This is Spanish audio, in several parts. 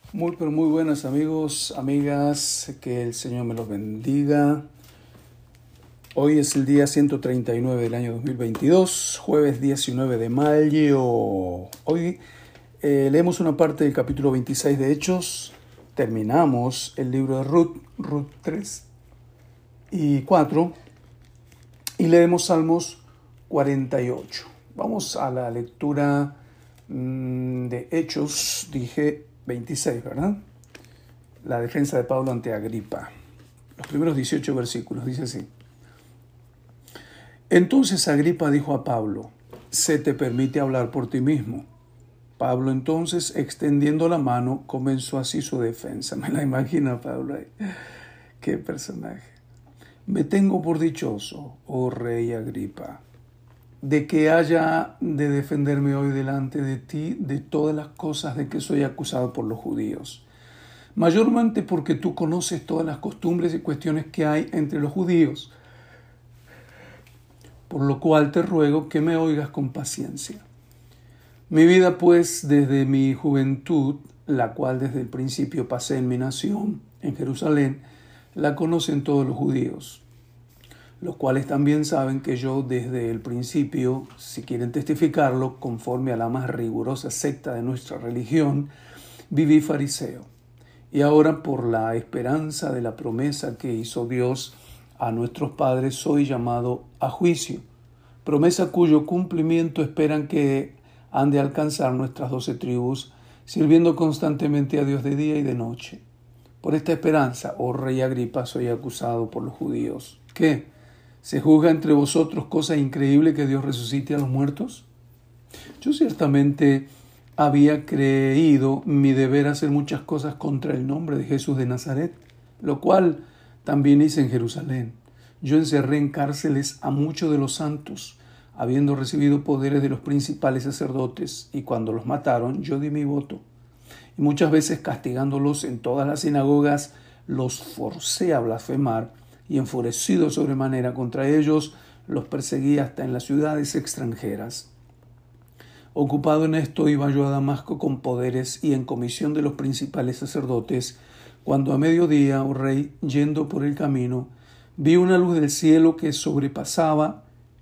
Pero muy buenas amigos, amigas, que el Señor me los bendiga. Hoy es el día 139 del año 2022, jueves 19 de mayo. Hoy leemos una parte del capítulo 26 de Hechos, terminamos el libro de Ruth 3 y 4, y leemos Salmos 48. Vamos a la lectura de Hechos, dije 26, ¿verdad? La defensa de Pablo ante Agripa. Los primeros 18 versículos, dice así. Entonces Agripa dijo a Pablo: «Se te permite hablar por ti mismo». Pablo entonces, extendiendo la mano, comenzó así su defensa. Me la imagino Pablo ahí. Qué personaje. «Me tengo por dichoso, oh rey Agripa, de que haya de defenderme hoy delante de ti de todas las cosas de que soy acusado por los judíos. Mayormente porque tú conoces todas las costumbres y cuestiones que hay entre los judíos, por lo cual te ruego que me oigas con paciencia. Mi vida, pues, desde mi juventud, la cual desde el principio pasé en mi nación, en Jerusalén, la conocen todos los judíos, los cuales también saben que yo desde el principio, si quieren testificarlo, conforme a la más rigurosa secta de nuestra religión, viví fariseo. Y ahora, por la esperanza de la promesa que hizo Dios a nuestros padres, soy llamado a juicio, promesa cuyo cumplimiento esperan que han de alcanzar nuestras 12 tribus, sirviendo constantemente a Dios de día y de noche. Por esta esperanza, oh rey Agripa, soy acusado por los judíos. ¿Qué? ¿Se juzga entre vosotros cosa increíble que Dios resucite a los muertos? Yo ciertamente había creído mi deber hacer muchas cosas contra el nombre de Jesús de Nazaret, lo cual también hice en Jerusalén. Yo encerré en cárceles a muchos de los santos, habiendo recibido poderes de los principales sacerdotes, y cuando los mataron yo di mi voto. Y muchas veces, castigándolos en todas las sinagogas, los forcé a blasfemar, y enfurecido sobremanera contra ellos, los perseguí hasta en las ciudades extranjeras. Ocupado en esto, iba yo a Damasco con poderes y en comisión de los principales sacerdotes, cuando a mediodía, oh rey, yendo por el camino, vi una luz del cielo que sobrepasaba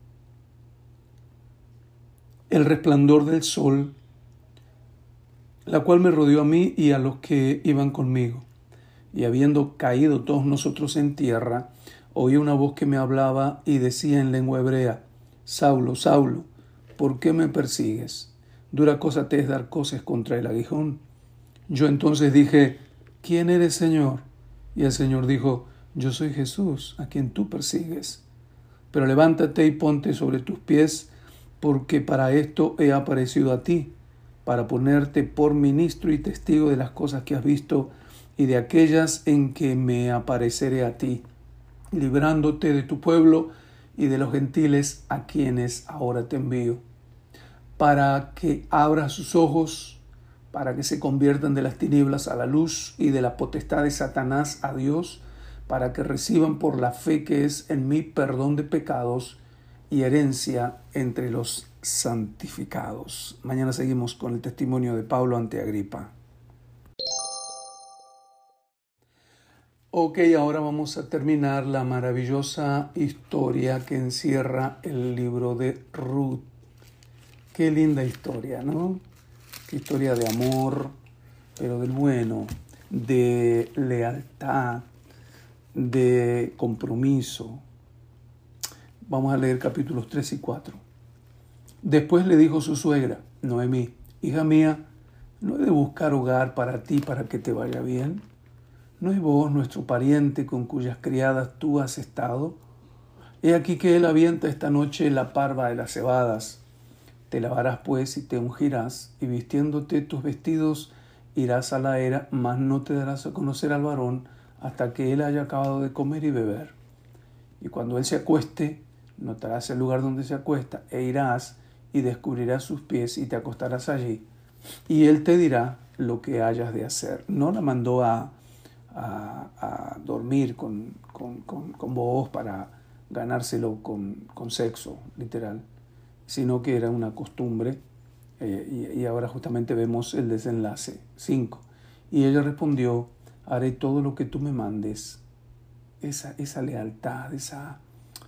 el resplandor del sol, la cual me rodeó a mí y a los que iban conmigo. Y habiendo caído todos nosotros en tierra, oí una voz que me hablaba y decía en lengua hebrea: «Saulo, Saulo, ¿por qué me persigues? Dura cosa te es dar coces contra el aguijón». Yo entonces dije: «¿Quién eres, Señor?». Y el Señor dijo: «Yo soy Jesús, a quien tú persigues. Pero levántate y ponte sobre tus pies, porque para esto he aparecido a ti, para ponerte por ministro y testigo de las cosas que has visto y de aquellas en que me apareceré a ti, librándote de tu pueblo y de los gentiles a quienes ahora te envío, para que abras sus ojos, para que se conviertan de las tinieblas a la luz y de la potestad de Satanás a Dios, para que reciban por la fe que es en mí perdón de pecados y herencia entre los santificados». Mañana seguimos con el testimonio de Pablo ante Agripa. Ok, ahora vamos a terminar la maravillosa historia que encierra el libro de Ruth. Qué linda historia, ¿no? Qué historia de amor, pero del bueno, de lealtad, de compromiso. Vamos a leer capítulos 3 y 4. Después le dijo su suegra, Noemí: «Hija mía, ¿no he de buscar hogar para ti para que te vaya bien? ¿No es vos nuestro pariente con cuyas criadas tú has estado? He aquí que él avienta esta noche la parva de las cebadas. Te lavarás pues y te ungirás, y vistiéndote tus vestidos irás a la era, mas no te darás a conocer al varón hasta que él haya acabado de comer y beber. Y cuando él se acueste, notarás el lugar donde se acuesta, e irás y descubrirás sus pies y te acostarás allí. Y él te dirá lo que hayas de hacer». No la mandó a dormir con vos para ganárselo con sexo, literal, sino que era una costumbre, y ahora justamente vemos el desenlace. 5. Y ella respondió, haré todo lo que tú me mandes. Esa lealtad, esa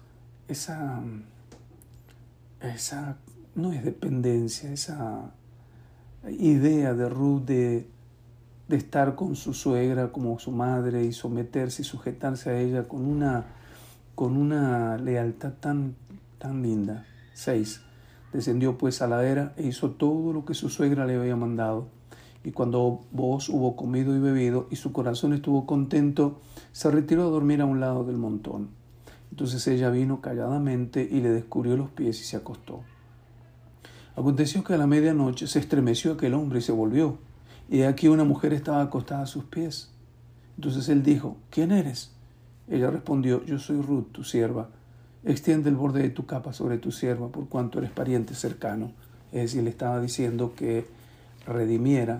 no es dependencia, esa idea de Ruth de estar con su suegra como su madre y someterse y sujetarse a ella con una lealtad tan linda. 6. Descendió pues a la era e hizo todo lo que su suegra le había mandado. Y cuando Booz hubo comido y bebido y su corazón estuvo contento, se retiró a dormir a un lado del montón. Entonces ella vino calladamente y le descubrió los pies y se acostó. Aconteció que a la medianoche se estremeció aquel hombre y se volvió, y aquí una mujer estaba acostada a sus pies. Entonces él dijo, ¿quién eres? Ella respondió, yo soy Ruth, tu sierva. Extiende el borde de tu capa sobre tu sierva, por cuanto eres pariente cercano. Es decir, le estaba diciendo que redimiera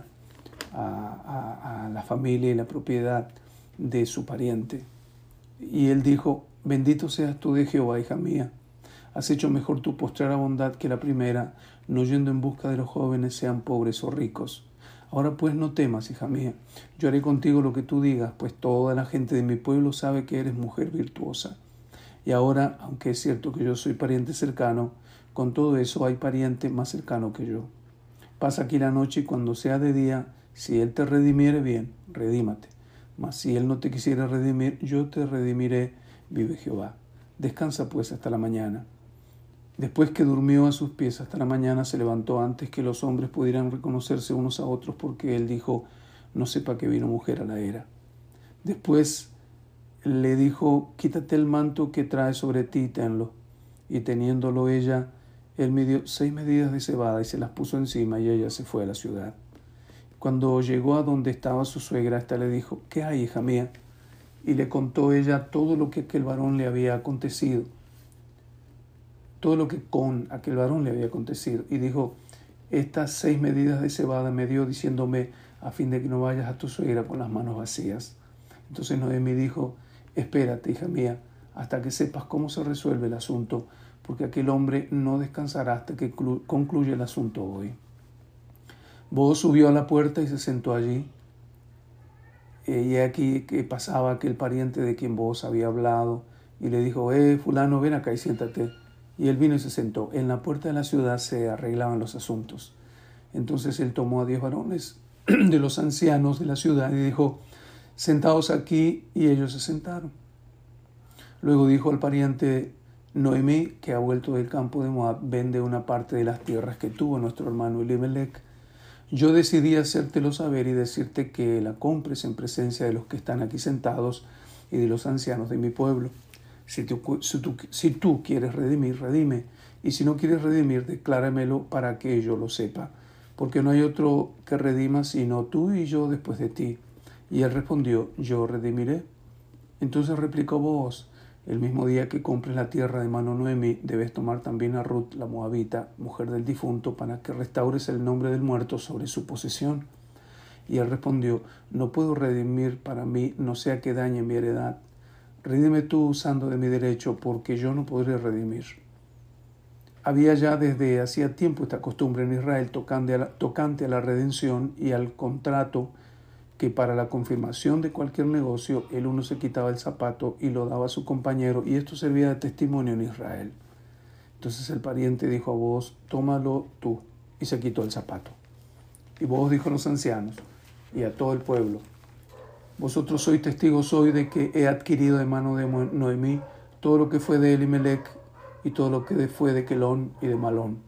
a la familia y la propiedad de su pariente. Y él dijo, bendito seas tú de Jehová, hija mía. Has hecho mejor tu postrera bondad que la primera, no yendo en busca de los jóvenes, sean pobres o ricos. Ahora pues no temas, hija mía, yo haré contigo lo que tú digas, pues toda la gente de mi pueblo sabe que eres mujer virtuosa. Y ahora, aunque es cierto que yo soy pariente cercano, con todo eso hay pariente más cercano que yo. Pasa aquí la noche y cuando sea de día, si él te redimiere bien, redímate. Mas si él no te quisiera redimir, yo te redimiré, vive Jehová. Descansa pues hasta la mañana. Después que durmió a sus pies hasta la mañana, se levantó antes que los hombres pudieran reconocerse unos a otros, porque él dijo, no sepa que vino mujer a la era. Después le dijo, quítate el manto que traes sobre ti y tenlo. Y teniéndolo ella, él midió 6 medidas de cebada y se las puso encima, y ella se fue a la ciudad. Cuando llegó a donde estaba su suegra, ésta le dijo, ¿qué hay, hija mía? Y le contó ella todo lo que aquel varón le había acontecido. Todo lo que con aquel varón le había acontecido. Y dijo, estas 6 medidas de cebada me dio diciéndome, a fin de que no vayas a tu suegra con las manos vacías. Entonces Noemi dijo, espérate, hija mía, hasta que sepas cómo se resuelve el asunto, porque aquel hombre no descansará hasta que concluya el asunto hoy. Booz subió a la puerta y se sentó allí. Y aquí que pasaba aquel pariente de quien Booz había hablado, y le dijo, fulano, ven acá y siéntate. Y él vino y se sentó. En la puerta de la ciudad se arreglaban los asuntos. Entonces él tomó a 10 varones de los ancianos de la ciudad y dijo, sentaos aquí, y ellos se sentaron. Luego dijo al pariente Noemí, que ha vuelto del campo de Moab, vende una parte de las tierras que tuvo nuestro hermano Elimelech. Yo decidí hacértelo saber y decirte que la compres en presencia de los que están aquí sentados y de los ancianos de mi pueblo. Si tú quieres redimir, redime. Y si no quieres redimir, decláramelo para que yo lo sepa. Porque no hay otro que redima sino tú y yo después de ti. Y él respondió, yo redimiré. Entonces replicó Booz, el mismo día que compres la tierra de mano Noemi, debes tomar también a Ruth, la moabita, mujer del difunto, para que restaures el nombre del muerto sobre su posesión. Y él respondió, no puedo redimir para mí, no sea que dañe mi heredad. Redime tú usando de mi derecho, porque yo no podré redimir. Había ya desde hacía tiempo esta costumbre en Israel tocante a la redención y al contrato, que para la confirmación de cualquier negocio el uno se quitaba el zapato y lo daba a su compañero, y esto servía de testimonio en Israel. Entonces el pariente dijo a Booz, tómalo tú, y se quitó el zapato. Y Booz dijo a los ancianos y a todo el pueblo, vosotros sois testigos hoy de que he adquirido de mano de Noemí todo lo que fue de Elimelech y todo lo que fue de Quelón y de Malón,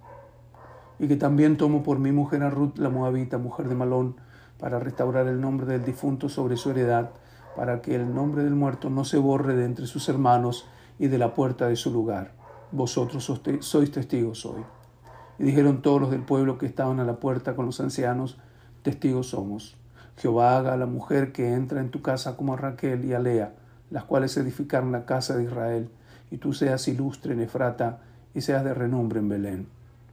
y que también tomo por mi mujer a Ruth la moabita, mujer de Malón, para restaurar el nombre del difunto sobre su heredad, para que el nombre del muerto no se borre de entre sus hermanos y de la puerta de su lugar. Vosotros sois testigos hoy. Y dijeron todos los del pueblo que estaban a la puerta con los ancianos, testigos somos. Jehová haga a la mujer que entra en tu casa como a Raquel y a Lea, las cuales edificaron la casa de Israel, y tú seas ilustre en Efrata y seas de renombre en Belén.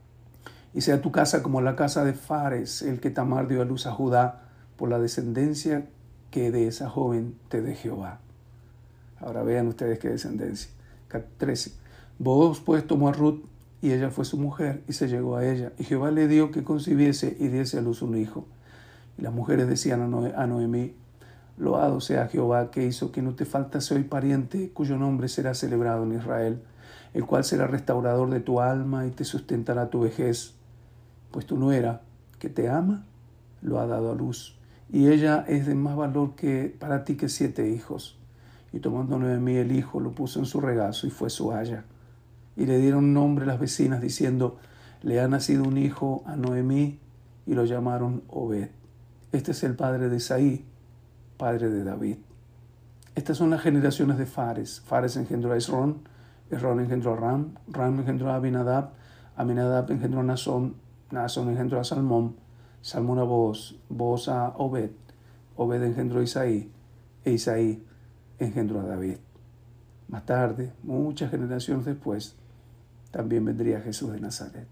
Y sea tu casa como la casa de Fares, el que Tamar dio a luz a Judá, por la descendencia que de esa joven te dé Jehová. Ahora vean ustedes qué descendencia. 13. Booz pues tomó a Ruth, y ella fue su mujer, y se llegó a ella. Y Jehová le dio que concibiese y diese a luz un hijo. Y las mujeres decían a Noemí: loado sea Jehová, que hizo que no te faltase hoy pariente, cuyo nombre será celebrado en Israel, el cual será restaurador de tu alma y te sustentará tu vejez. Pues tu nuera, que te ama, lo ha dado a luz, y ella es de más valor para ti que 7 hijos. Y tomando Noemí el hijo, lo puso en su regazo y fue su haya. Y le dieron nombre las vecinas, diciendo: le ha nacido un hijo a Noemí, y lo llamaron Obed. Este es el padre de Isaí, padre de David. Estas son las generaciones de Fares. Fares engendró a Esrón, Esrón engendró a Ram, Ram engendró a Aminadab, Aminadab engendró a Nasón, Nasón engendró a Salmón, Salmón a Booz, Booz a Obed, Obed engendró a Isaí, e Isaí engendró a David. Más tarde, muchas generaciones después, también vendría Jesús de Nazaret.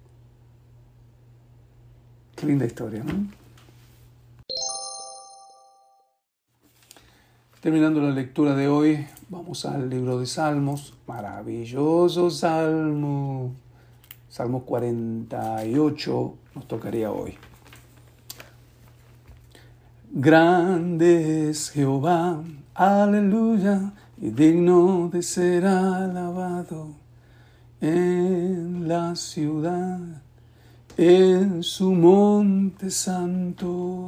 Qué linda historia, ¿no? Terminando la lectura de hoy, vamos al libro de Salmos. Maravilloso Salmo. Salmo 48 nos tocaría hoy. Grande es Jehová, aleluya, y digno de ser alabado en la ciudad, en su monte santo.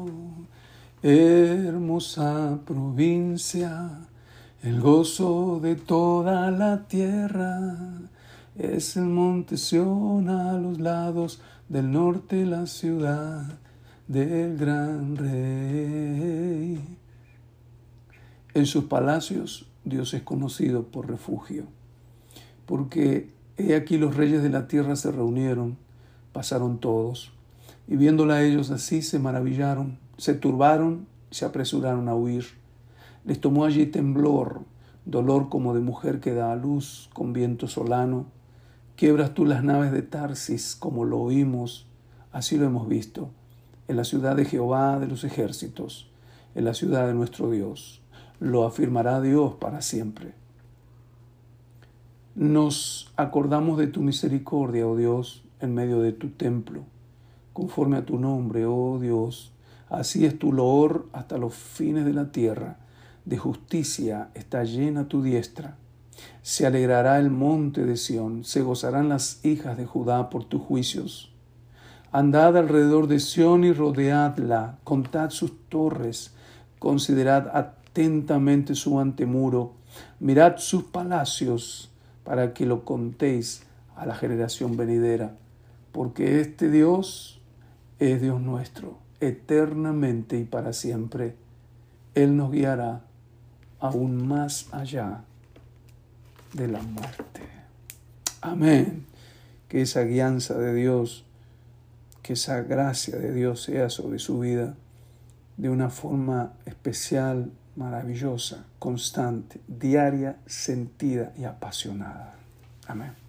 Hermosa provincia, el gozo de toda la tierra, es el monte Sión a los lados del norte, la ciudad del gran rey. En sus palacios Dios es conocido por refugio, porque he aquí los reyes de la tierra se reunieron, pasaron todos, y viéndola ellos así se maravillaron, se turbaron, se apresuraron a huir. Les tomó allí temblor, dolor como de mujer que da a luz con viento solano. Quiebras tú las naves de Tarsis, como lo oímos, así lo hemos visto, en la ciudad de Jehová de los ejércitos, en la ciudad de nuestro Dios. Lo afirmará Dios para siempre. Nos acordamos de tu misericordia, oh Dios, en medio de tu templo, conforme a tu nombre, oh Dios. Así es tu loor hasta los fines de la tierra. De justicia está llena tu diestra. Se alegrará el monte de Sión, se gozarán las hijas de Judá por tus juicios. Andad alrededor de Sión y rodeadla, contad sus torres, considerad atentamente su antemuro, mirad sus palacios, para que lo contéis a la generación venidera, porque este Dios es Dios nuestro, eternamente y para siempre. Él nos guiará aún más allá de la muerte. Amén. Que esa guianza de Dios, que esa gracia de Dios sea sobre su vida de una forma especial, maravillosa, constante, diaria, sentida y apasionada. Amén.